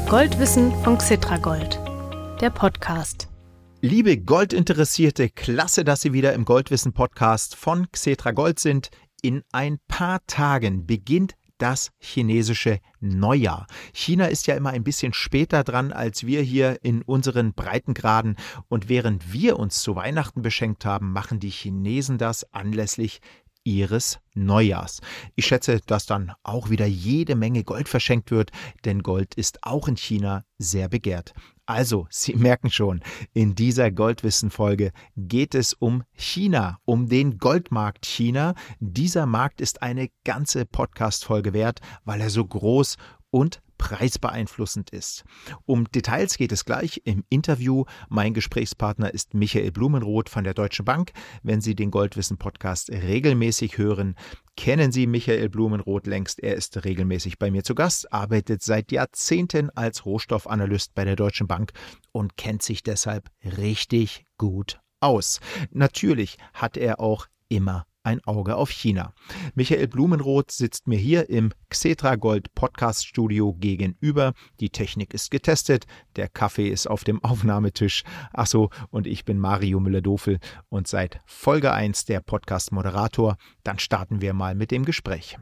Goldwissen von Xetragold, der Podcast. Liebe Goldinteressierte, klasse, dass Sie wieder im Goldwissen-Podcast von Xetragold sind. In ein paar Tagen beginnt das chinesische Neujahr. China ist ja immer ein bisschen später dran als wir hier in unseren Breitengraden. Und während wir uns zu Weihnachten beschenkt haben, machen die Chinesen das anlässlich ihres Neujahrs. Ich schätze, dass dann auch wieder jede Menge Gold verschenkt wird, denn Gold ist auch in China sehr begehrt. Also, Sie merken schon, in dieser Goldwissen-Folge geht es um China, um den Goldmarkt China. Dieser Markt ist eine ganze Podcast-Folge wert, weil er so groß und preisbeeinflussend ist. Um Details geht es gleich im Interview. Mein Gesprächspartner ist Michael Blumenroth von der Deutschen Bank. Wenn Sie den Goldwissen-Podcast regelmäßig hören, kennen Sie Michael Blumenroth längst. Er ist regelmäßig bei mir zu Gast, arbeitet seit Jahrzehnten als Rohstoffanalyst bei der Deutschen Bank und kennt sich deshalb richtig gut aus. Natürlich hat er auch immer ein Auge auf China. Michael Blumenroth sitzt mir hier im Xetragold Podcast Studio gegenüber. Die Technik ist getestet, der Kaffee ist auf dem Aufnahmetisch. Achso, und ich bin Mario Müller-Dofel und seit Folge 1 der Podcast-Moderator. Dann starten wir mal mit dem Gespräch.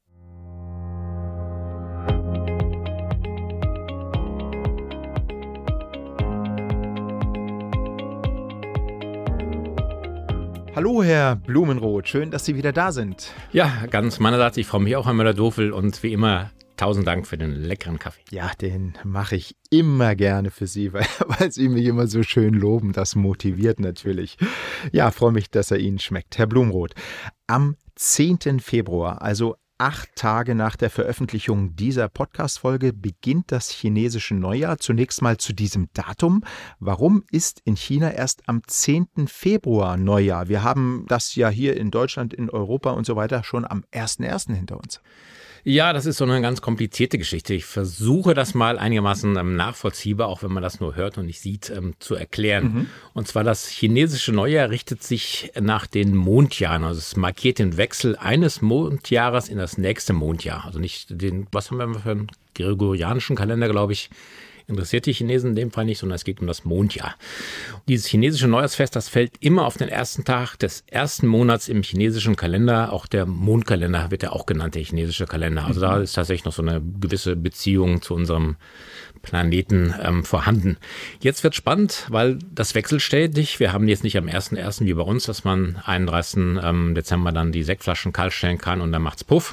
Hallo Herr Blumenroth, schön, dass Sie wieder da sind. Ja, ganz meinerseits, ich freue mich auch, Herr Müller-Dofel, und wie immer 1000 Dank für den leckeren Kaffee. Ja, den mache ich immer gerne für Sie, weil Sie mich immer so schön loben. Das motiviert natürlich. Ja, freue mich, dass er Ihnen schmeckt. Herr Blumenroth, am 10. Februar, also 8 Tage nach der Veröffentlichung dieser Podcast-Folge, beginnt das chinesische Neujahr. Zunächst mal zu diesem Datum. Warum ist in China erst am 10. Februar Neujahr? Wir haben das ja hier in Deutschland, in Europa und so weiter schon am 1.1. hinter uns. Ja, das ist so eine ganz komplizierte Geschichte. Ich versuche das mal einigermaßen nachvollziehbar, auch wenn man das nur hört und nicht sieht, zu erklären. Und zwar das chinesische Neujahr richtet sich nach den Mondjahren. Also es markiert den Wechsel eines Mondjahres in das nächste Mondjahr. Also nicht den, was haben wir für einen gregorianischen Kalender, glaube ich, interessiert die Chinesen in dem Fall nicht, sondern es geht um das Mondjahr. Dieses chinesische Neujahrsfest, das fällt immer auf den ersten Tag des ersten Monats im chinesischen Kalender. Auch der Mondkalender wird ja auch genannt, der chinesische Kalender. Also da ist tatsächlich noch so eine gewisse Beziehung zu unserem Planeten vorhanden. Jetzt wird spannend, weil das wechselt ständig. Wir haben jetzt nicht am 1.1. wie bei uns, dass man 31. Dezember dann die Sektflaschen kalt stellen kann und dann macht's Puff.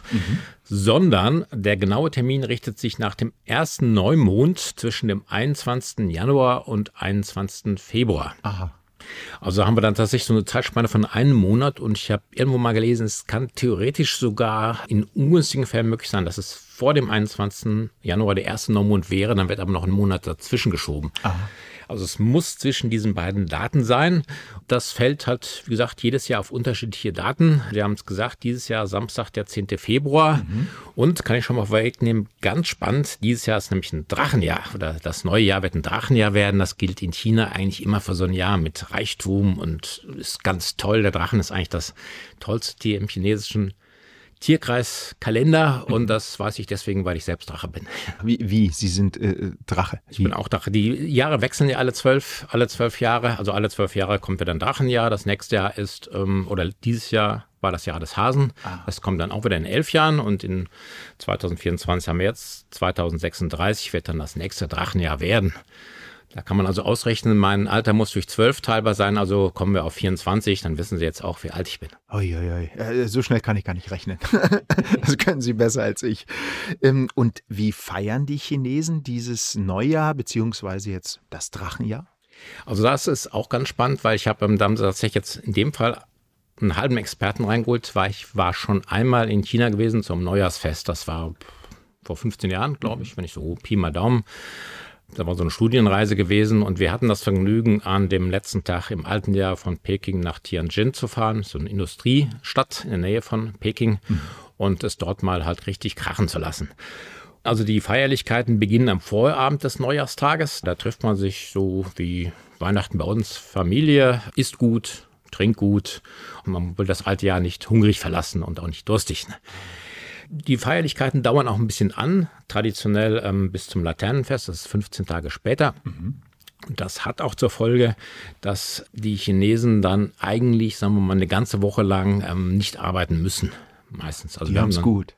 Sondern der genaue Termin richtet sich nach dem ersten Neumond zwischen dem 21. Januar und 21. Februar. Aha. Also haben wir dann tatsächlich so eine Zeitspanne von einem Monat, und ich habe irgendwo mal gelesen, es kann theoretisch sogar in ungünstigen Fällen möglich sein, dass es vor dem 21. Januar der erste Neumond wäre, dann wird aber noch ein Monat dazwischen geschoben. Aha. Also es muss zwischen diesen beiden Daten sein. Das fällt halt, wie gesagt, jedes Jahr auf unterschiedliche Daten. Wir haben es gesagt, dieses Jahr Samstag, der 10. Februar. Und, kann ich schon mal vorwegnehmen, ganz spannend, dieses Jahr ist nämlich ein Drachenjahr. Oder das neue Jahr wird ein Drachenjahr werden. Das gilt in China eigentlich immer für so ein Jahr mit Reichtum und ist ganz toll. Der Drachen ist eigentlich das tollste Tier im chinesischen Tierkreiskalender, und das weiß ich deswegen, weil ich selbst Drache bin. Wie? Sie sind Drache? Ich bin auch Drache. Die Jahre wechseln ja alle 12 Jahre. Also alle 12 Jahre kommt wieder ein Drachenjahr. Das nächste Jahr ist, oder dieses Jahr war das Jahr des Hasen. Das kommt dann auch wieder in 11 Jahren, und in 2024 haben wir jetzt, 2036 wird dann das nächste Drachenjahr werden. Da kann man also ausrechnen, mein Alter muss durch 12 teilbar sein, also kommen wir auf 24, dann wissen Sie jetzt auch, wie alt ich bin. Uiuiui, so schnell kann ich gar nicht rechnen. Das können Sie besser als ich. Und wie feiern die Chinesen dieses Neujahr, beziehungsweise jetzt das Drachenjahr? Also das ist auch ganz spannend, weil ich habe tatsächlich jetzt in dem Fall einen halben Experten reingeholt, weil ich war schon einmal in China gewesen zum Neujahrsfest. Das war vor 15 Jahren, glaube ich, wenn ich so Pi mal Daumen. Da war so eine Studienreise gewesen, und wir hatten das Vergnügen, an dem letzten Tag im alten Jahr von Peking nach Tianjin zu fahren, so eine Industriestadt in der Nähe von Peking, und es dort mal halt richtig krachen zu lassen. Also die Feierlichkeiten beginnen am Vorabend des Neujahrstages. Da trifft man sich so wie Weihnachten bei uns, Familie, isst gut, trinkt gut, und man will das alte Jahr nicht hungrig verlassen und auch nicht durstig. Die Feierlichkeiten dauern auch ein bisschen an, traditionell bis zum Laternenfest, das ist 15 Tage später. Und das hat auch zur Folge, dass die Chinesen dann eigentlich, sagen wir mal, eine ganze Woche lang nicht arbeiten müssen. Meistens. Also die haben es gut.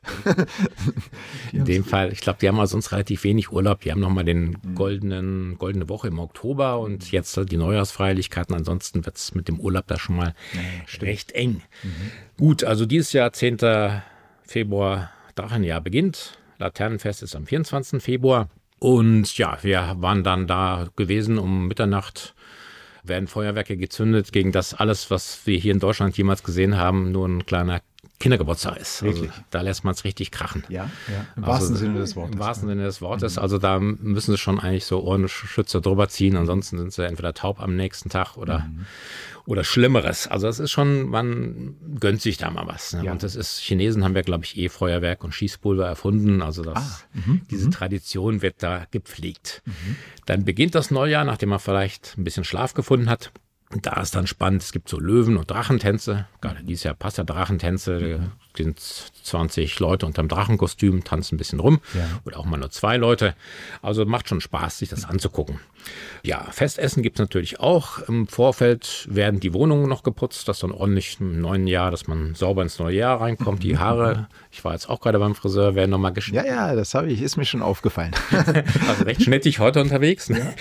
In dem Fall, ich glaube, die haben sonst relativ wenig Urlaub. Die haben nochmal den goldene Woche im Oktober und jetzt die Neujahrsfeierlichkeiten. Ansonsten wird es mit dem Urlaub da schon mal recht eng. Gut, also dieses Jahr, 10. Februar, Drachenjahr beginnt. Laternenfest ist am 24. Februar. Und ja, wir waren dann da gewesen um Mitternacht. Werden Feuerwerke gezündet gegen das alles, was wir hier in Deutschland jemals gesehen haben, nur ein kleiner Kindergeburtstag ist. Also da lässt man es richtig krachen. Ja, im wahrsten Sinne des Wortes. Im wahrsten Sinne des Wortes. Also da müssen sie schon eigentlich so Ohrenschützer drüber ziehen. Ansonsten sind sie entweder taub am nächsten Tag oder Schlimmeres. Also das ist schon, man gönnt sich da mal was. Ne? Ja. Und Chinesen haben ja, glaube ich, Feuerwerk und Schießpulver erfunden. Also diese Tradition wird da gepflegt. Dann beginnt das Neujahr, nachdem man vielleicht ein bisschen Schlaf gefunden hat. Und da ist dann spannend, es gibt so Löwen- und Drachentänze. Gerade dieses Jahr passt ja Drachentänze. Da sind 20 Leute unterm Drachenkostüm, tanzen ein bisschen rum. Ja. Oder auch mal nur 2 Leute. Also macht schon Spaß, sich das anzugucken. Ja, Festessen gibt es natürlich auch. Im Vorfeld werden die Wohnungen noch geputzt, dass dann ordentlich im neuen Jahr, dass man sauber ins neue Jahr reinkommt. Die Haare, ich war jetzt auch gerade beim Friseur, werden nochmal geschnitten. Ja, das ist mir schon aufgefallen. Also recht schnittig heute unterwegs. Ne?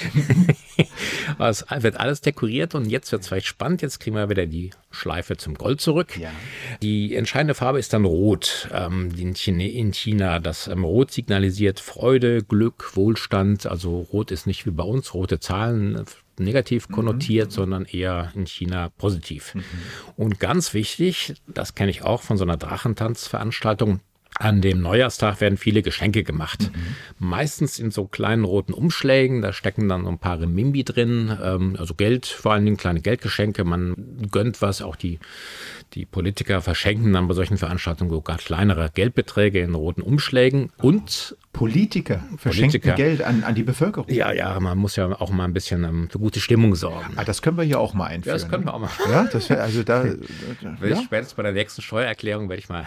Ja. Es wird alles dekoriert und jetzt wird es vielleicht spannend. Jetzt kriegen wir wieder die Schleife zum Gold zurück. Ja. Die entscheidende Farbe ist dann Rot. In China, das Rot signalisiert Freude, Glück, Wohlstand. Also Rot ist nicht wie bei uns, rote Zahlen negativ konnotiert, sondern eher in China positiv. Und ganz wichtig, das kenne ich auch von so einer Drachentanzveranstaltung, an dem Neujahrstag werden viele Geschenke gemacht. Meistens in so kleinen roten Umschlägen, da stecken dann so ein paar Renminbi drin, also Geld, vor allen Dingen kleine Geldgeschenke. Man gönnt was, auch die Politiker verschenken dann bei solchen Veranstaltungen sogar kleinere Geldbeträge in roten Umschlägen. Und Politiker verschenken Geld an die Bevölkerung. Ja, man muss ja auch mal ein bisschen für gute Stimmung sorgen. Das können wir hier auch mal einführen. Ja, das können wir auch mal. Ja, das wäre also da. Spätestens bei der nächsten Steuererklärung werde ich mal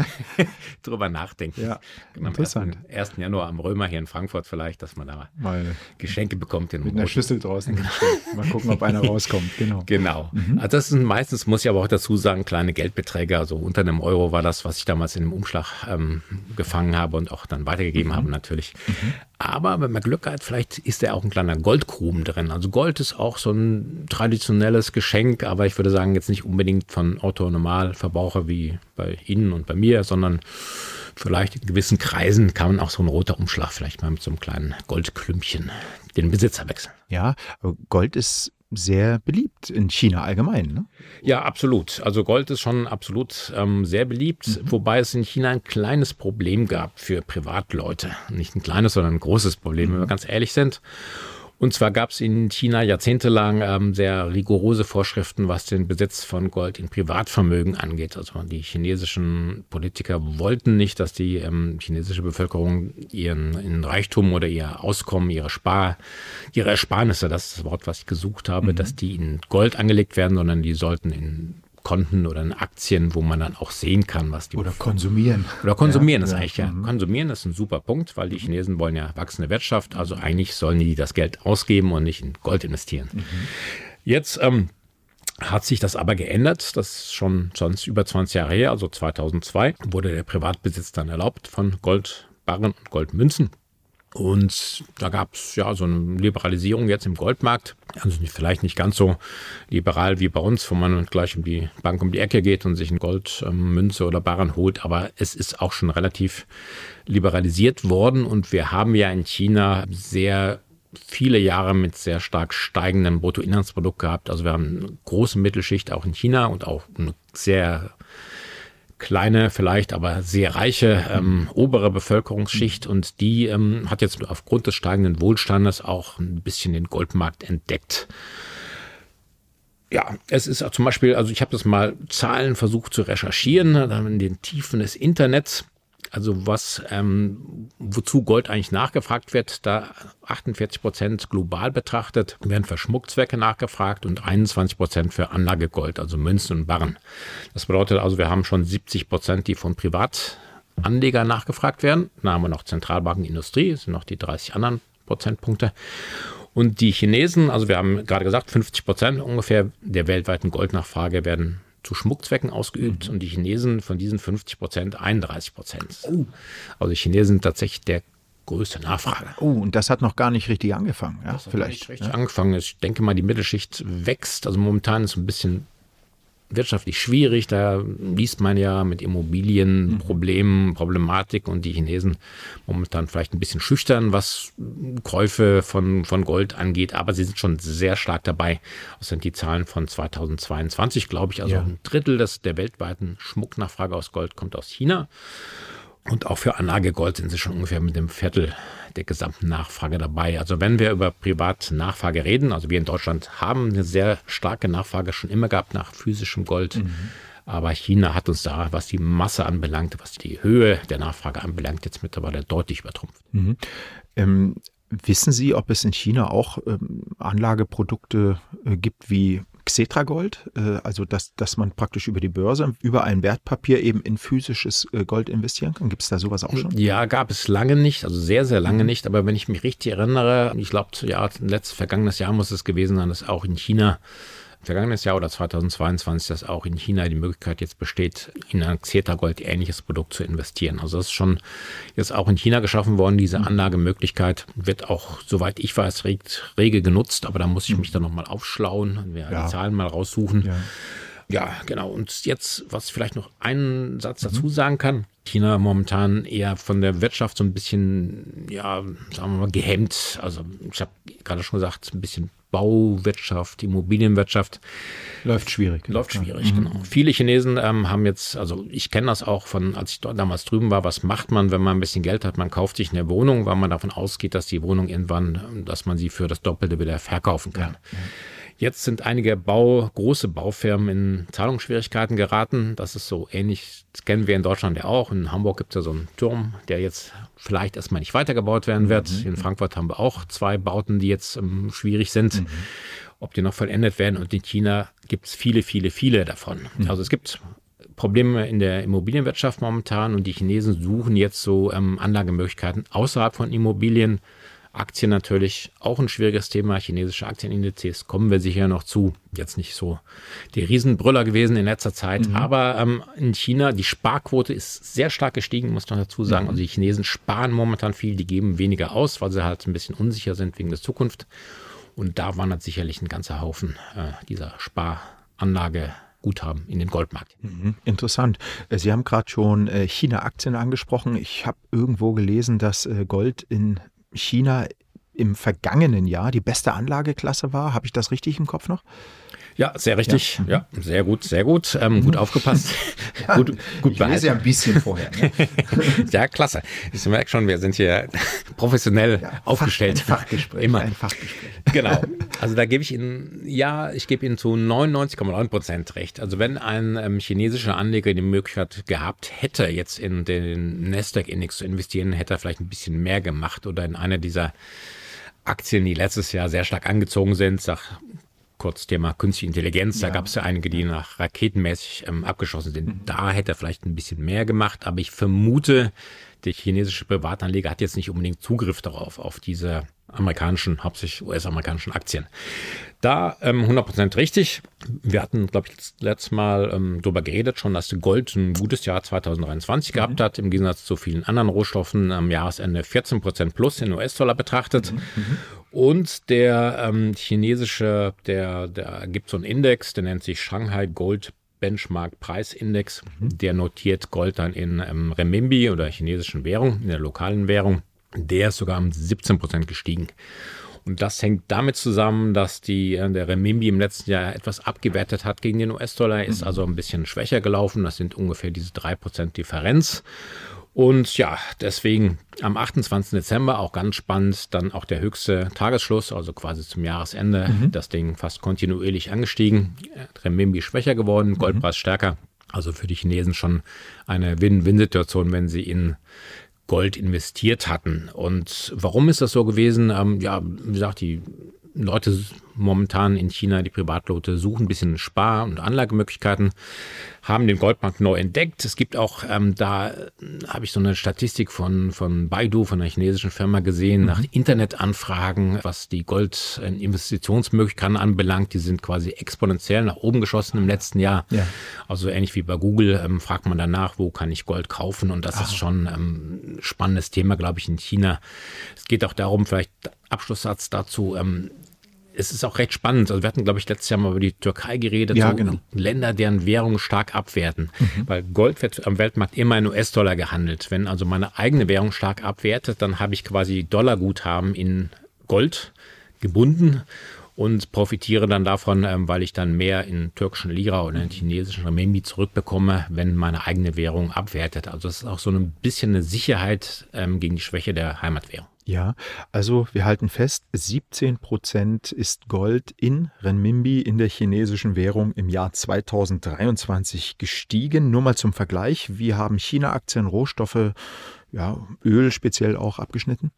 drüber nachdenken. Ja, interessant. Am 1. Januar am Römer hier in Frankfurt vielleicht, dass man da mal Geschenke bekommt. Mit einer Schüssel draußen. Mal gucken, ob einer rauskommt. Genau. Also das sind meistens, muss ich aber auch dazu sagen, kleine Geldbeträge. Also unter einem Euro war das, was ich damals in dem Umschlag gefangen habe und auch dann weitergegeben habe natürlich. Aber wenn man Glück hat, vielleicht ist da auch ein kleiner Goldgruben drin. Also Gold ist auch so ein traditionelles Geschenk, aber ich würde sagen, jetzt nicht unbedingt von Otto-Normalverbraucher wie bei Ihnen und bei mir, sondern vielleicht in gewissen Kreisen kann man auch so ein roter Umschlag vielleicht mal mit so einem kleinen Goldklümpchen den Besitzer wechseln. Ja, aber Gold ist sehr beliebt in China allgemein, ne? Ja, absolut. Also Gold ist schon absolut sehr beliebt, wobei es in China ein kleines Problem gab für Privatleute. Nicht ein kleines, sondern ein großes Problem, wenn wir ganz ehrlich sind. Und zwar gab es in China jahrzehntelang sehr rigorose Vorschriften, was den Besitz von Gold in Privatvermögen angeht. Also die chinesischen Politiker wollten nicht, dass die chinesische Bevölkerung ihren Reichtum oder ihr Auskommen, ihre Ersparnisse, das ist das Wort, was ich gesucht habe, dass die in Gold angelegt werden, sondern die sollten in Konten oder in Aktien, wo man dann auch sehen kann, was die... Oder konsumieren. Oder konsumieren ist eigentlich, ja. Konsumieren ist ein super Punkt, weil die Chinesen wollen ja wachsende Wirtschaft, also eigentlich sollen die das Geld ausgeben und nicht in Gold investieren. Jetzt hat sich das aber geändert, das ist schon sonst über 20 Jahre her, also 2002 wurde der Privatbesitz dann erlaubt von Goldbarren und Goldmünzen. Und da gab es ja so eine Liberalisierung jetzt im Goldmarkt. Also vielleicht nicht ganz so liberal wie bei uns, wo man gleich um die Bank um die Ecke geht und sich eine Goldmünze oder Barren holt. Aber es ist auch schon relativ liberalisiert worden. Und wir haben ja in China sehr viele Jahre mit sehr stark steigendem Bruttoinlandsprodukt gehabt. Also wir haben eine große Mittelschicht auch in China und auch eine sehr kleine, vielleicht aber sehr reiche obere Bevölkerungsschicht und die hat jetzt aufgrund des steigenden Wohlstandes auch ein bisschen den Goldmarkt entdeckt. Ja, es ist zum Beispiel, also ich habe das mal Zahlen versucht zu recherchieren, dann in den Tiefen des Internets. Also wozu Gold eigentlich nachgefragt wird, da 48% global betrachtet, werden für Schmuckzwecke nachgefragt und 21% für Anlagegold, also Münzen und Barren. Das bedeutet also, wir haben schon 70%, die von privat Anleger nachgefragt werden. Dann haben wir noch Zentralbanken, Industrie, das sind noch die 30 anderen Prozentpunkte. Und die Chinesen, also wir haben gerade gesagt, 50% ungefähr der weltweiten Goldnachfrage werden zu Schmuckzwecken ausgeübt und die Chinesen von diesen 50% 31%. Oh. Also die Chinesen sind tatsächlich der größte Nachfrager. Oh, und das hat noch gar nicht richtig angefangen. Ja, Das hat vielleicht nicht richtig angefangen. Ich denke mal, die Mittelschicht wächst. Also momentan ist es ein bisschen wirtschaftlich schwierig. Da liest man ja mit Immobilienproblemen, Problematik und die Chinesen momentan vielleicht ein bisschen schüchtern, was Käufe von Gold angeht. Aber sie sind schon sehr stark dabei. Das sind die Zahlen von 2022, glaube ich. Also ein Drittel der weltweiten Schmucknachfrage aus Gold kommt aus China. Und auch für Anlagegold sind sie schon ungefähr mit einem Viertel der gesamten Nachfrage dabei. Also wenn wir über Privatnachfrage reden, also wir in Deutschland haben eine sehr starke Nachfrage schon immer gehabt nach physischem Gold. Aber China hat uns da, was die Masse anbelangt, was die Höhe der Nachfrage anbelangt, jetzt mittlerweile deutlich übertrumpft. Wissen Sie, ob es in China auch Anlageprodukte gibt wie Xetragold, also dass man praktisch über die Börse, über ein Wertpapier eben in physisches Gold investieren kann? Gibt es da sowas auch schon? Ja, gab es lange nicht, also sehr, sehr lange nicht. Aber wenn ich mich richtig erinnere, ich glaube, vergangenes Jahr muss es gewesen sein, dass auch in China, vergangenes Jahr oder 2022, dass auch in China die Möglichkeit jetzt besteht, in ein Xetragold ähnliches Produkt zu investieren. Also das ist schon jetzt auch in China geschaffen worden. Diese Anlagemöglichkeit wird auch, soweit ich weiß, rege genutzt. Aber da muss ich mich dann nochmal aufschlauen und die Zahlen mal raussuchen. Ja, genau. Und jetzt, was vielleicht noch einen Satz dazu sagen kann. China momentan eher von der Wirtschaft so ein bisschen, ja, sagen wir mal, gehemmt. Also ich habe gerade schon gesagt, ein bisschen Bauwirtschaft, Immobilienwirtschaft. Läuft schwierig. Genau. Viele Chinesen haben jetzt, also ich kenne das auch von, als ich dort damals drüben war, was macht man, wenn man ein bisschen Geld hat? Man kauft sich eine Wohnung, weil man davon ausgeht, dass die Wohnung irgendwann, dass man sie für das Doppelte wieder verkaufen kann. Ja. Jetzt sind einige große Baufirmen in Zahlungsschwierigkeiten geraten. Das ist so ähnlich, das kennen wir in Deutschland ja auch. In Hamburg gibt es ja so einen Turm, der jetzt vielleicht erstmal nicht weitergebaut werden wird. In Frankfurt haben wir auch 2 Bauten, die jetzt schwierig sind, ob die noch vollendet werden. Und in China gibt es viele, viele, viele davon. Also es gibt Probleme in der Immobilienwirtschaft momentan und die Chinesen suchen jetzt so Anlagemöglichkeiten außerhalb von Immobilien. Aktien natürlich auch ein schwieriges Thema. Chinesische Aktienindizes kommen wir sicher noch zu. Jetzt nicht so die Riesenbrüller gewesen in letzter Zeit. Aber in China, die Sparquote ist sehr stark gestiegen, muss man dazu sagen. Also die Chinesen sparen momentan viel, die geben weniger aus, weil sie halt ein bisschen unsicher sind wegen der Zukunft. Und da wandert sicherlich ein ganzer Haufen dieser Sparanlageguthaben in den Goldmarkt. Interessant. Sie haben gerade schon China-Aktien angesprochen. Ich habe irgendwo gelesen, dass Gold in China im vergangenen Jahr die beste Anlageklasse war. Habe ich das richtig im Kopf noch? Ja, sehr richtig. Ja, sehr gut, sehr gut. Gut aufgepasst. Ja, gut ich lese ja ein bisschen vorher. Ne? Ja, klasse. Ich merke schon, wir sind hier professionell aufgestellt. Ein Fachgespräch. Genau. Also da gebe ich Ihnen, ich gebe Ihnen zu 99,9% recht. Also wenn ein chinesischer Anleger die Möglichkeit gehabt hätte, jetzt in den Nasdaq-Index zu investieren, hätte er vielleicht ein bisschen mehr gemacht oder in eine dieser Aktien, die letztes Jahr sehr stark angezogen sind, kurz Thema Künstliche Intelligenz, da gab es ja einige, die nach raketenmäßig abgeschossen sind. Da hätte er vielleicht ein bisschen mehr gemacht, aber ich vermute, der chinesische Privatanleger hat jetzt nicht unbedingt Zugriff darauf, auf diese amerikanischen, hauptsächlich US-amerikanischen Aktien. Da 100% richtig. Wir hatten, glaube ich, letztes Mal darüber geredet schon, dass Gold ein gutes Jahr 2023 gehabt hat, im Gegensatz zu vielen anderen Rohstoffen am Jahresende 14% plus in US-Dollar betrachtet. Und der chinesische, der gibt so einen Index, der nennt sich Shanghai Gold Benchmark Preisindex. Der notiert Gold dann in Renminbi oder chinesischen Währung, in der lokalen Währung. Der ist sogar um 17% gestiegen. Und das hängt damit zusammen, dass der Renminbi im letzten Jahr etwas abgewertet hat gegen den US-Dollar, ist also ein bisschen schwächer gelaufen. Das sind ungefähr diese 3% Differenz. Und ja, deswegen am 28. Dezember, auch ganz spannend, dann auch der höchste Tagesschluss, also quasi zum Jahresende, das Ding fast kontinuierlich angestiegen, Renminbi schwächer geworden, Goldpreis stärker. Also für die Chinesen schon eine Win-Win-Situation, wenn sie in Gold investiert hatten. Und warum ist das so gewesen? Wie gesagt, die Leute momentan in China. Die Privatleute suchen ein bisschen Spar- und Anlagemöglichkeiten, haben den Goldmarkt neu entdeckt. Es gibt auch, da habe ich so eine Statistik von Baidu, von einer chinesischen Firma gesehen, nach Internetanfragen, was die Goldinvestitionsmöglichkeiten anbelangt. Die sind quasi exponentiell nach oben geschossen im letzten Jahr. Ja. Also ähnlich wie bei Google fragt man danach, wo kann ich Gold kaufen? Und das ist schon ein spannendes Thema, glaube ich, in China. Es geht auch darum, vielleicht Abschlusssatz dazu, es ist auch recht spannend. Also wir hatten, glaube ich, letztes Jahr mal über die Türkei geredet. Ja, so genau. Länder, deren Währungen stark abwerten. Weil Gold wird am Weltmarkt immer in US-Dollar gehandelt. Wenn also meine eigene Währung stark abwertet, dann habe ich quasi Dollarguthaben in Gold gebunden und profitiere dann davon, weil ich dann mehr in türkischen Lira oder in chinesischen Renminbi zurückbekomme, wenn meine eigene Währung abwertet. Also es ist auch so ein bisschen eine Sicherheit gegen die Schwäche der Heimatwährung. Ja, also wir halten fest, 17% ist Gold in Renminbi in der chinesischen Währung im Jahr 2023 gestiegen. Nur mal zum Vergleich, wie haben China-Aktien, Rohstoffe, ja, Öl speziell auch abgeschnitten?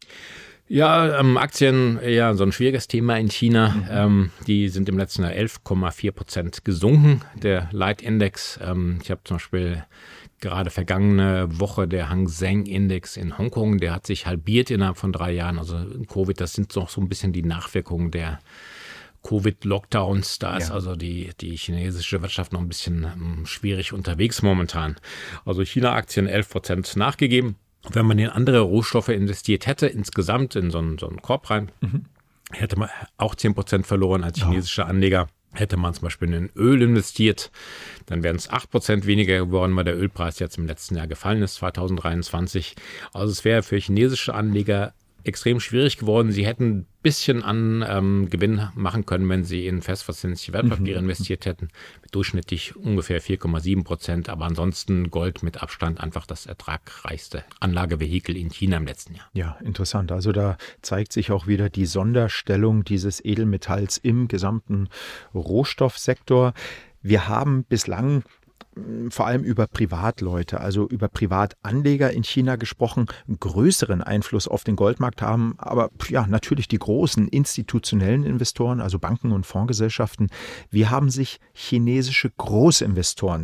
Ja, Aktien, ja, so ein schwieriges Thema in China. Die sind im letzten Jahr 11,4% gesunken, der Leitindex. Ich habe zum Beispiel gerade vergangene Woche der Hang Seng Index in Hongkong, der hat sich halbiert innerhalb von 3 Jahren. Also Covid, das sind noch so ein bisschen die Nachwirkungen der Covid-Lockdowns. Da ist also die chinesische Wirtschaft noch ein bisschen schwierig unterwegs momentan. Also China-Aktien 11% nachgegeben. Wenn man in andere Rohstoffe investiert hätte, insgesamt in so einen Korb rein, hätte man auch 10% verloren als chinesischer Anleger. Hätte man zum Beispiel in Öl investiert, dann wären es 8% weniger geworden, weil der Ölpreis jetzt im letzten Jahr gefallen ist, 2023. Also es wäre für chinesische Anleger extrem schwierig geworden. Sie hätten ein bisschen an Gewinn machen können, wenn sie in festverzinsliche Wertpapiere investiert hätten. Durchschnittlich ungefähr 4,7%. Aber ansonsten Gold mit Abstand einfach das ertragreichste Anlagevehikel in China im letzten Jahr. Ja, interessant. Also da zeigt sich auch wieder die Sonderstellung dieses Edelmetalls im gesamten Rohstoffsektor. Wir haben bislang vor allem über Privatleute, also über Privatanleger in China gesprochen, einen größeren Einfluss auf den Goldmarkt haben, aber ja, natürlich die großen institutionellen Investoren, also Banken und Fondsgesellschaften. Wie haben sich chinesische Großinvestoren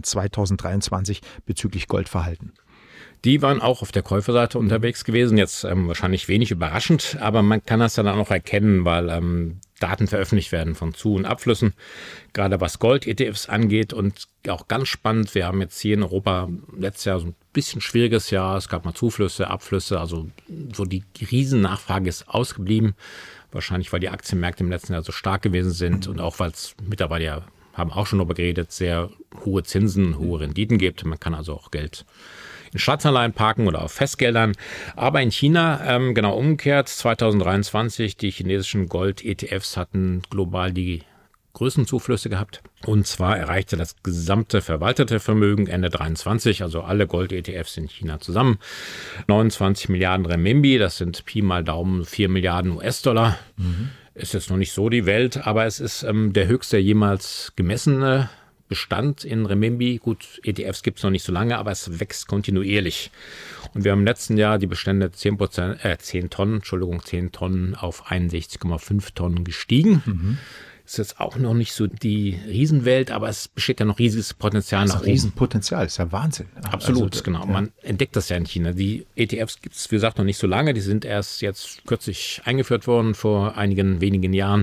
2023 bezüglich Gold verhalten? Die waren auch auf der Käuferseite unterwegs gewesen, jetzt wahrscheinlich wenig überraschend, aber man kann das dann auch noch erkennen, weil Daten veröffentlicht werden von Zu- und Abflüssen, gerade was Gold-ETFs angeht und auch ganz spannend, wir haben jetzt hier in Europa letztes Jahr so ein bisschen schwieriges Jahr, es gab mal Zuflüsse, Abflüsse, also so die Riesennachfrage ist ausgeblieben, wahrscheinlich weil die Aktienmärkte im letzten Jahr so stark gewesen sind und auch weil es mittlerweile ja, haben auch schon darüber geredet, sehr hohe Zinsen, hohe Renditen gibt, man kann also auch Geld in Staatsanleihen parken oder auf Festgeldern. Aber in China genau umgekehrt. 2023, die chinesischen Gold-ETFs hatten global die größten Zuflüsse gehabt. Und zwar erreichte das gesamte verwaltete Vermögen Ende 23, also alle Gold-ETFs in China zusammen, 29 Milliarden Renminbi. Das sind Pi mal Daumen 4 Milliarden US-Dollar. Ist jetzt noch nicht so die Welt, aber es ist der höchste jemals gemessene Bestand in Renminbi. Gut, ETFs gibt es noch nicht so lange, aber es wächst kontinuierlich. Und wir haben im letzten Jahr die Bestände 10 Tonnen auf 61,5 Tonnen gestiegen. Ist jetzt auch noch nicht so die Riesenwelt, aber es besteht ja noch riesiges Potenzial nach oben. Riesenpotenzial, ist ja Wahnsinn. Absolut, also, genau. Ja. Man entdeckt das ja in China. Die ETFs gibt es, wie gesagt, noch nicht so lange. Die sind erst jetzt kürzlich eingeführt worden, vor einigen wenigen Jahren.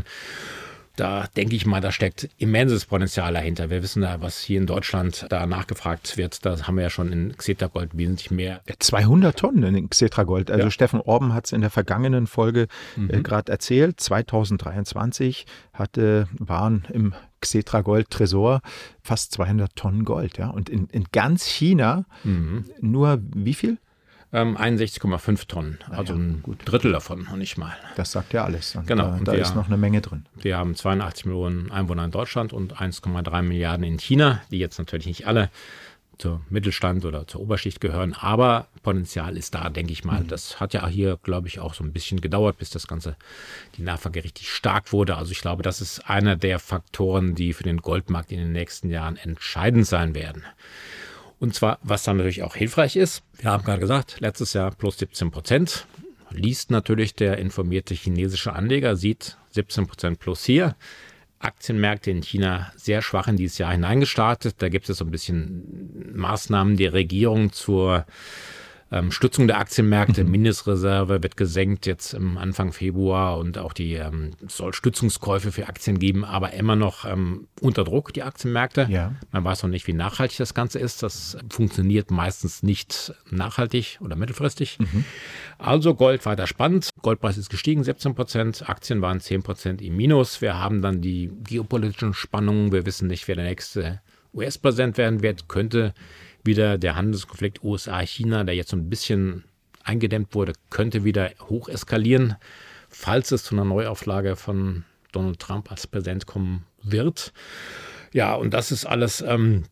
Da denke ich mal, da steckt immenses Potenzial dahinter. Wir wissen ja, was hier in Deutschland da nachgefragt wird. Da haben wir ja schon in Xetra-Gold wesentlich mehr. 200 Tonnen in Xetra-Gold. Also ja. Steffen Orben hat es in der vergangenen Folge gerade erzählt. 2023 waren im Xetra-Gold-Tresor fast 200 Tonnen Gold. Ja? Und in ganz China nur wie viel? 61,5 Tonnen, also ein Drittel davon, noch nicht mal. Das sagt ja alles. Und genau. Da ist noch eine Menge drin. Wir haben 82 Millionen Einwohner in Deutschland und 1,3 Milliarden in China, die jetzt natürlich nicht alle zur Mittelstand oder zur Oberschicht gehören, aber Potenzial ist da, denke ich mal. Das hat ja hier, glaube ich, auch so ein bisschen gedauert, bis das Ganze, die Nachfrage richtig stark wurde. Also ich glaube, das ist einer der Faktoren, die für den Goldmarkt in den nächsten Jahren entscheidend sein werden. Und zwar, was dann natürlich auch hilfreich ist, wir haben gerade gesagt, letztes Jahr plus 17%, liest natürlich der informierte chinesische Anleger, sieht 17% plus hier. Aktienmärkte in China sehr schwach in dieses Jahr hineingestartet. Da gibt es so ein bisschen Maßnahmen der Regierung zur Stützung der Aktienmärkte. Mindestreserve wird gesenkt jetzt im Anfang Februar und auch es soll Stützungskäufe für Aktien geben, aber immer noch unter Druck, die Aktienmärkte. Ja. Man weiß noch nicht, wie nachhaltig das Ganze ist. Das funktioniert meistens nicht nachhaltig oder mittelfristig. Also Gold weiter spannend. Goldpreis ist gestiegen, 17%. Aktien waren 10% im Minus. Wir haben dann die geopolitischen Spannungen. Wir wissen nicht, wer der nächste US-Präsident werden wird. Könnte wieder der Handelskonflikt USA-China, der jetzt so ein bisschen eingedämmt wurde, könnte wieder hoch eskalieren, falls es zu einer Neuauflage von Donald Trump als Präsident kommen wird. Ja, und das ist alles, sagen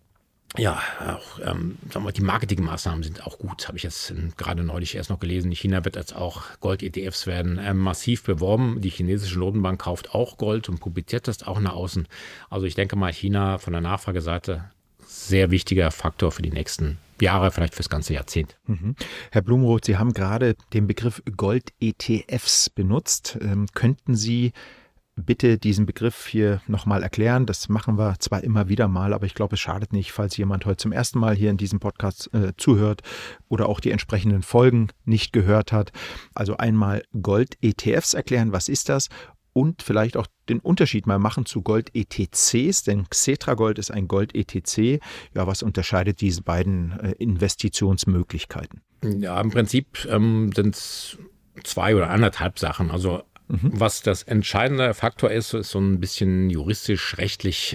wir, die Marketingmaßnahmen sind auch gut. Habe ich jetzt gerade neulich erst noch gelesen. In China wird jetzt auch Gold-ETFs werden massiv beworben. Die chinesische Notenbank kauft auch Gold und publiziert das auch nach außen. Also ich denke mal, China von der Nachfrageseite sehr wichtiger Faktor für die nächsten Jahre, vielleicht fürs ganze Jahrzehnt. Herr Blumroth, Sie haben gerade den Begriff Gold-ETFs benutzt. Könnten Sie bitte diesen Begriff hier nochmal erklären? Das machen wir zwar immer wieder mal, aber ich glaube, es schadet nicht, falls jemand heute zum ersten Mal hier in diesem Podcast zuhört oder auch die entsprechenden Folgen nicht gehört hat. Also einmal Gold-ETFs erklären, was ist das? Und vielleicht auch den Unterschied mal machen zu Gold-ETCs, denn Xetra Gold ist ein Gold-ETC. Ja, was unterscheidet diese beiden Investitionsmöglichkeiten? Ja, im Prinzip sind es 2 oder 1,5 Sachen. Also was das entscheidende Faktor ist so ein bisschen juristisch-rechtlich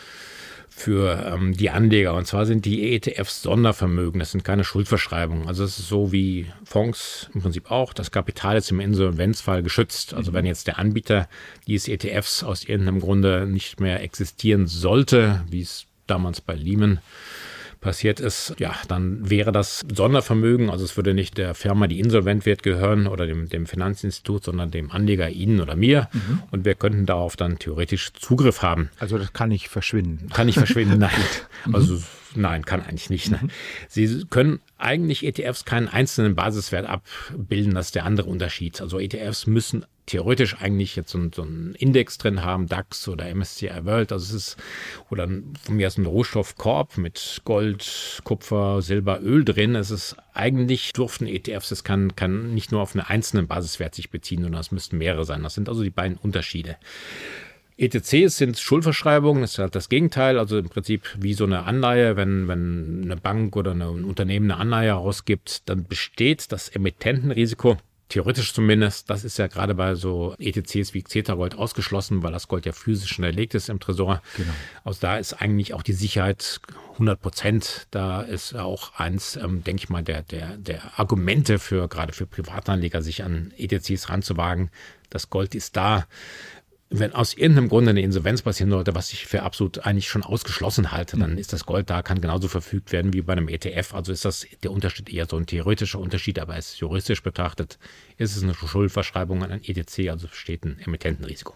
für die Anleger. Und zwar sind die ETFs Sondervermögen, das sind keine Schuldverschreibungen. Also es ist so wie Fonds im Prinzip auch. Das Kapital ist im Insolvenzfall geschützt. Also wenn jetzt der Anbieter dieses ETFs aus irgendeinem Grunde nicht mehr existieren sollte, wie es damals bei Lehman passiert ist, ja, dann wäre das Sondervermögen, also es würde nicht der Firma, die insolvent wird, gehören oder dem Finanzinstitut, sondern dem Anleger, Ihnen oder mir. Und wir könnten darauf dann theoretisch Zugriff haben. Also das kann nicht verschwinden. Kann nicht verschwinden, nein. Also nein, kann eigentlich nicht. Ne? Sie können eigentlich ETFs keinen einzelnen Basiswert abbilden, das ist der andere Unterschied. Also ETFs müssen theoretisch eigentlich jetzt so einen Index drin haben, DAX oder MSCI World, also es ist, oder von mir aus ein Rohstoffkorb mit Gold, Kupfer, Silber, Öl drin. Es ist eigentlich, durften ETFs, es kann nicht nur auf einen einzelnen Basiswert sich beziehen, sondern es müssten mehrere sein. Das sind also die beiden Unterschiede. ETCs sind Schuldverschreibungen, das ist halt das Gegenteil, also im Prinzip wie so eine Anleihe, wenn eine Bank oder ein Unternehmen eine Anleihe herausgibt, dann besteht das Emittentenrisiko, theoretisch zumindest. Das ist ja gerade bei so ETCs wie Xetra Gold ausgeschlossen, weil das Gold ja physisch hinterlegt ist im Tresor. Genau. Also da ist eigentlich auch die Sicherheit 100%. Da ist auch eins, denke ich mal, der Argumente gerade für Privatanleger, sich an ETCs ranzuwagen. Das Gold ist da. Wenn aus irgendeinem Grunde eine Insolvenz passieren sollte, was ich für absolut eigentlich schon ausgeschlossen halte, dann ist das Gold da, kann genauso verfügt werden wie bei einem ETF. Also ist das der Unterschied eher so ein theoretischer Unterschied, aber es ist juristisch betrachtet, ist es eine Schuldverschreibung an ein ETC, also besteht ein Emittentenrisiko.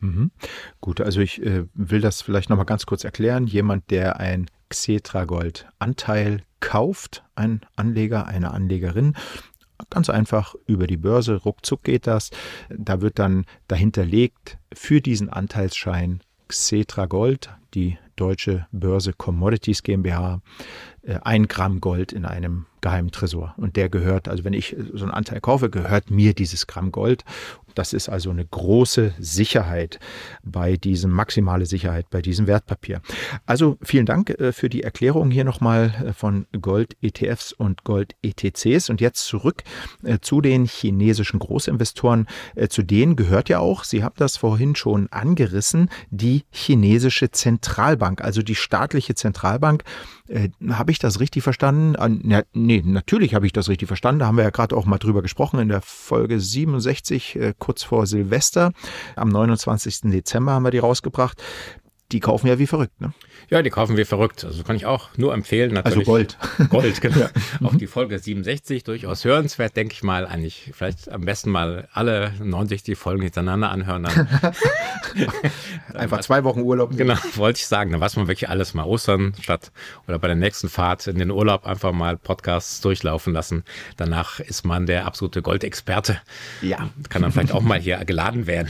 Gut, also ich will das vielleicht nochmal ganz kurz erklären. Jemand, der ein Xetra Gold Anteil kauft, ein Anleger, eine Anlegerin, ganz einfach über die Börse, ruckzuck geht das. Da wird dann dahinterlegt für diesen Anteilsschein Xetra Gold, die Deutsche Börse Commodities GmbH, 1 Gramm Gold in einem geheimen Tresor. Und der gehört, also wenn ich so einen Anteil kaufe, gehört mir dieses Gramm Gold. Das ist also eine große Sicherheit maximale Sicherheit bei diesem Wertpapier. Also vielen Dank für die Erklärung hier nochmal von Gold-ETFs und Gold-ETCs. Und jetzt zurück zu den chinesischen Großinvestoren. Zu denen gehört ja auch, Sie haben das vorhin schon angerissen, die chinesische Zentralbank, also die staatliche Zentralbank. Habe ich das richtig verstanden? Nee, natürlich habe ich das richtig verstanden. Da haben wir ja gerade auch mal drüber gesprochen in der Folge 67, kurz vor Silvester. Am 29. Dezember haben wir die rausgebracht. die kaufen ja wie verrückt, ne? Ja, die kaufen wir verrückt. Also kann ich auch nur empfehlen. Natürlich. Also Gold. Gold, genau. Ja. Auch die Folge 67 durchaus hörenswert, denke ich mal. Eigentlich vielleicht am besten mal alle 69 Folgen hintereinander anhören. Dann Einfach 2 Wochen Urlaub. Genau, wollte ich sagen. Dann weiß man wirklich alles mal Ostern statt oder bei der nächsten Fahrt in den Urlaub einfach mal Podcasts durchlaufen lassen. Danach ist man der absolute Goldexperte. Ja. Kann dann vielleicht auch mal hier geladen werden.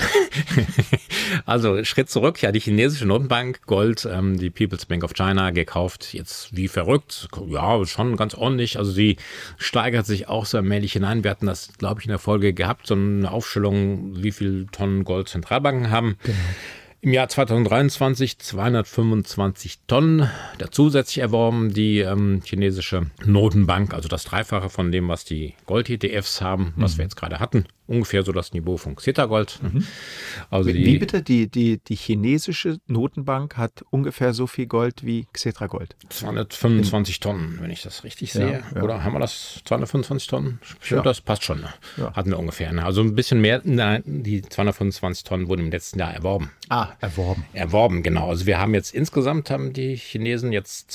Also Schritt zurück. Ja, die chinesische Notenbank, Gold, die People's Bank of China gekauft. Jetzt wie verrückt. Ja, schon ganz ordentlich. Also sie steigert sich auch so allmählich hinein. Wir hatten das, glaube ich, in der Folge gehabt, so eine Aufstellung, wie viel Tonnen Gold Zentralbanken haben. Genau. Im Jahr 2023 225 Tonnen, der zusätzlich erworben, die chinesische Notenbank, also das Dreifache von dem, was die Gold-ETFs haben, was wir jetzt gerade hatten. Ungefähr so das Niveau von Xetra Gold. Also wie bitte? Die chinesische Notenbank hat ungefähr so viel Gold wie Xetra Gold? 225 Tonnen, wenn ich das richtig sehe. Ja. Oder haben wir das 225 Tonnen? Ja. Das passt schon. Ja. Hatten wir ungefähr. Also ein bisschen mehr. Die 225 Tonnen wurden im letzten Jahr erworben. Erworben. Erworben, genau. Also wir haben jetzt insgesamt, haben die Chinesen jetzt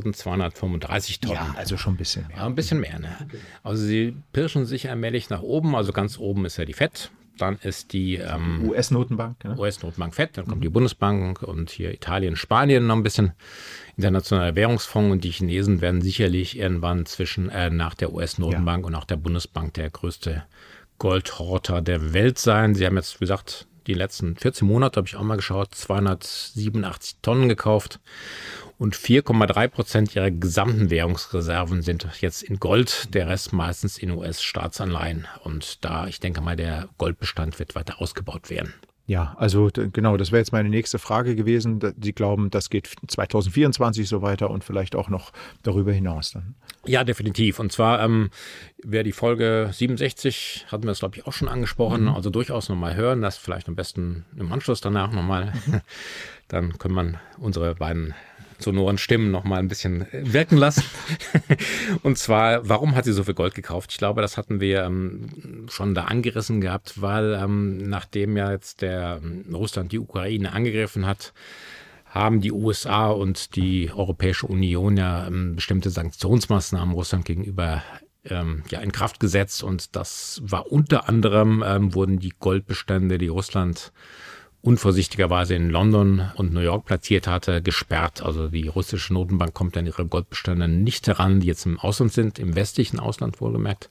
2235 Tonnen. Ja, also schon ein bisschen mehr. Ja, ein bisschen mehr. Ne? Also sie pirschen sich allmählich nach oben. Also ganz oben ist ja die FED. Dann ist die US-Notenbank. Ne? US-Notenbank FED. Dann kommt die Bundesbank und hier Italien, Spanien noch ein bisschen. Internationaler Währungsfonds und die Chinesen werden sicherlich irgendwann nach der US-Notenbank und auch der Bundesbank der größte Goldhorter der Welt sein. Sie haben jetzt, wie gesagt, die letzten 14 Monate, habe ich auch mal geschaut, 287 Tonnen gekauft und 4,3% ihrer gesamten Währungsreserven sind jetzt in Gold, der Rest meistens in US-Staatsanleihen. Und da, ich denke mal, der Goldbestand wird weiter ausgebaut werden. Ja, also genau, das wäre jetzt meine nächste Frage gewesen. Sie glauben, das geht 2024 so weiter und vielleicht auch noch darüber hinaus dann? Ja, definitiv. Und zwar, wer die Folge 67, hatten wir das, glaube ich, auch schon angesprochen, also durchaus nochmal hören, das vielleicht am besten im Anschluss danach nochmal. Dann kann man unsere beiden sonoren Stimmen noch mal ein bisschen wirken lassen. Und zwar, warum hat sie so viel Gold gekauft? Ich glaube, das hatten wir schon da angerissen gehabt, weil nachdem ja jetzt der Russland die Ukraine angegriffen hat, haben die USA und die Europäische Union ja bestimmte Sanktionsmaßnahmen Russland gegenüber in Kraft gesetzt. Und das war unter anderem, wurden die Goldbestände, die Russland unvorsichtigerweise in London und New York platziert hatte, gesperrt. Also die russische Notenbank kommt an ihre Goldbestände nicht heran, die jetzt im Ausland sind, im westlichen Ausland wohlgemerkt.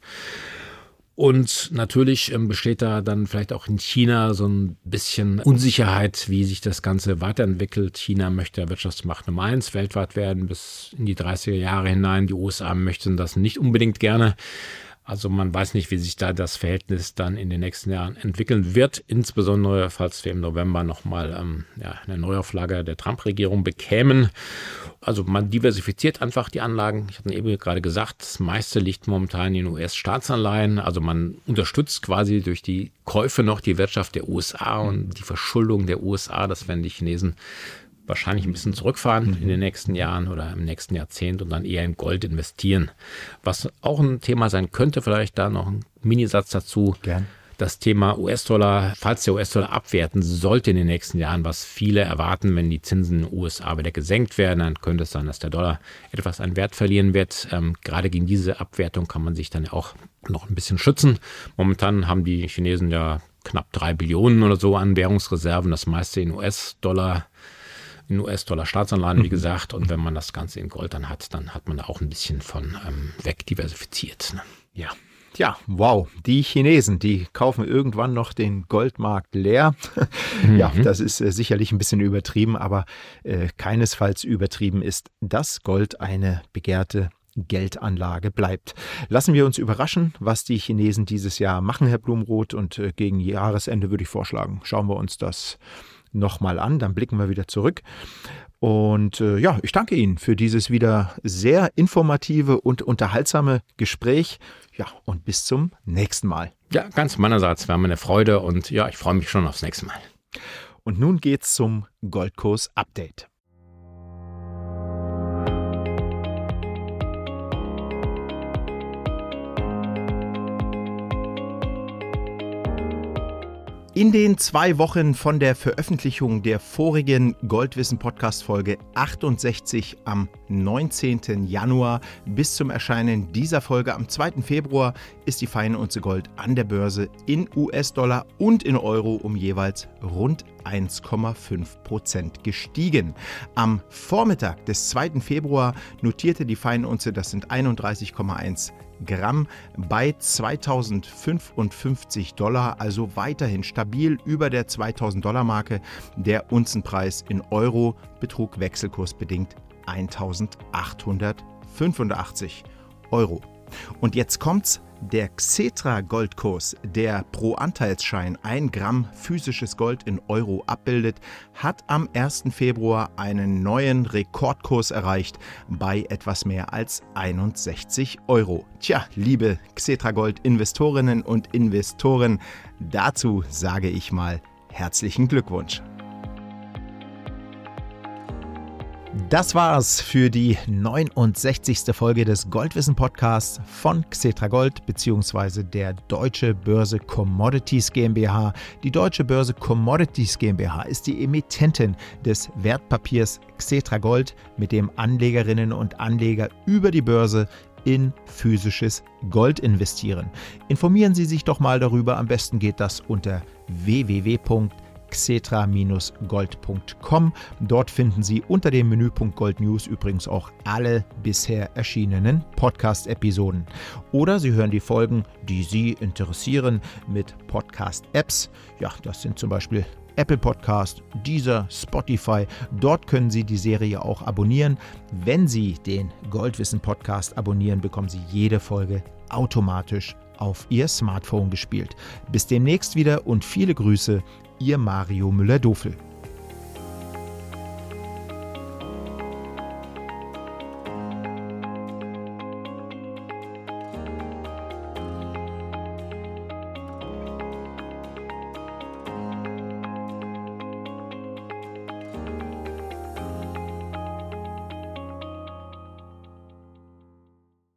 Und natürlich besteht da dann vielleicht auch in China so ein bisschen Unsicherheit, wie sich das Ganze weiterentwickelt. China möchte Wirtschaftsmacht Nummer 1 weltweit werden bis in die 30er Jahre hinein. Die USA möchten das nicht unbedingt gerne. Also man weiß nicht, wie sich da das Verhältnis dann in den nächsten Jahren entwickeln wird, insbesondere falls wir im November nochmal eine Neuauflage der Trump-Regierung bekämen. Also man diversifiziert einfach die Anlagen. Ich hatte eben gerade gesagt, das meiste liegt momentan in US-Staatsanleihen. Also man unterstützt quasi durch die Käufe noch die Wirtschaft der USA und die Verschuldung der USA. Das werden die Chinesen wahrscheinlich ein bisschen zurückfahren in den nächsten Jahren oder im nächsten Jahrzehnt und dann eher in Gold investieren. Was auch ein Thema sein könnte, vielleicht da noch ein Minisatz dazu. Gern. Das Thema US-Dollar, falls der US-Dollar abwerten sollte in den nächsten Jahren, was viele erwarten, wenn die Zinsen in den USA wieder gesenkt werden, dann könnte es sein, dass der Dollar etwas an Wert verlieren wird. Gerade gegen diese Abwertung kann man sich dann auch noch ein bisschen schützen. Momentan haben die Chinesen ja knapp 3 Billionen oder so an Währungsreserven, das meiste in US-Dollar Staatsanleihen, wie gesagt. Und wenn man das Ganze in Gold dann hat man da auch ein bisschen von wegdiversifiziert. Ne? Ja. Ja, wow, die Chinesen, die kaufen irgendwann noch den Goldmarkt leer. Ja, das ist sicherlich ein bisschen übertrieben, aber keinesfalls übertrieben ist, dass Gold eine begehrte Geldanlage bleibt. Lassen wir uns überraschen, was die Chinesen dieses Jahr machen, Herr Blumroth. Und gegen Jahresende würde ich vorschlagen, schauen wir uns das nochmal an, dann blicken wir wieder zurück. Und ich danke Ihnen für dieses wieder sehr informative und unterhaltsame Gespräch. Ja, und bis zum nächsten Mal. Ja, ganz meinerseits war mir eine Freude und ja, ich freue mich schon aufs nächste Mal. Und nun geht's zum Goldkurs-Update. In den 2 Wochen von der Veröffentlichung der vorigen Goldwissen-Podcast-Folge 68 am 19. Januar bis zum Erscheinen dieser Folge am 2. Februar ist die Feinunze Gold an der Börse in US-Dollar und in Euro um jeweils rund 1,5% gestiegen. Am Vormittag des 2. Februar notierte die Feinunze, das sind 31,1 Gramm, bei $2055, also weiterhin stabil über der $2000-Marke. Der Unzenpreis in Euro betrug wechselkursbedingt 1.885 Euro. Und jetzt kommt's. Der Xetra Goldkurs, der pro Anteilsschein 1 Gramm physisches Gold in Euro abbildet, hat am 1. Februar einen neuen Rekordkurs erreicht bei etwas mehr als 61 Euro. Tja, liebe Xetra Gold Investorinnen und Investoren, dazu sage ich mal herzlichen Glückwunsch. Das war's für die 69. Folge des Goldwissen-Podcasts von Xetra Gold bzw. der Deutsche Börse Commodities GmbH. Die Deutsche Börse Commodities GmbH ist die Emittentin des Wertpapiers Xetra Gold, mit dem Anlegerinnen und Anleger über die Börse in physisches Gold investieren. Informieren Sie sich doch mal darüber. Am besten geht das unter www.xetra-gold.com. Dort finden Sie unter dem Menüpunkt Gold News übrigens auch alle bisher erschienenen Podcast-Episoden. Oder Sie hören die Folgen, die Sie interessieren, mit Podcast-Apps. Ja, das sind zum Beispiel Apple Podcast, Deezer, Spotify. Dort können Sie die Serie auch abonnieren. Wenn Sie den Goldwissen-Podcast abonnieren, bekommen Sie jede Folge automatisch auf Ihr Smartphone gespielt. Bis demnächst wieder und viele Grüße, Ihr Mario Müller-Dofel.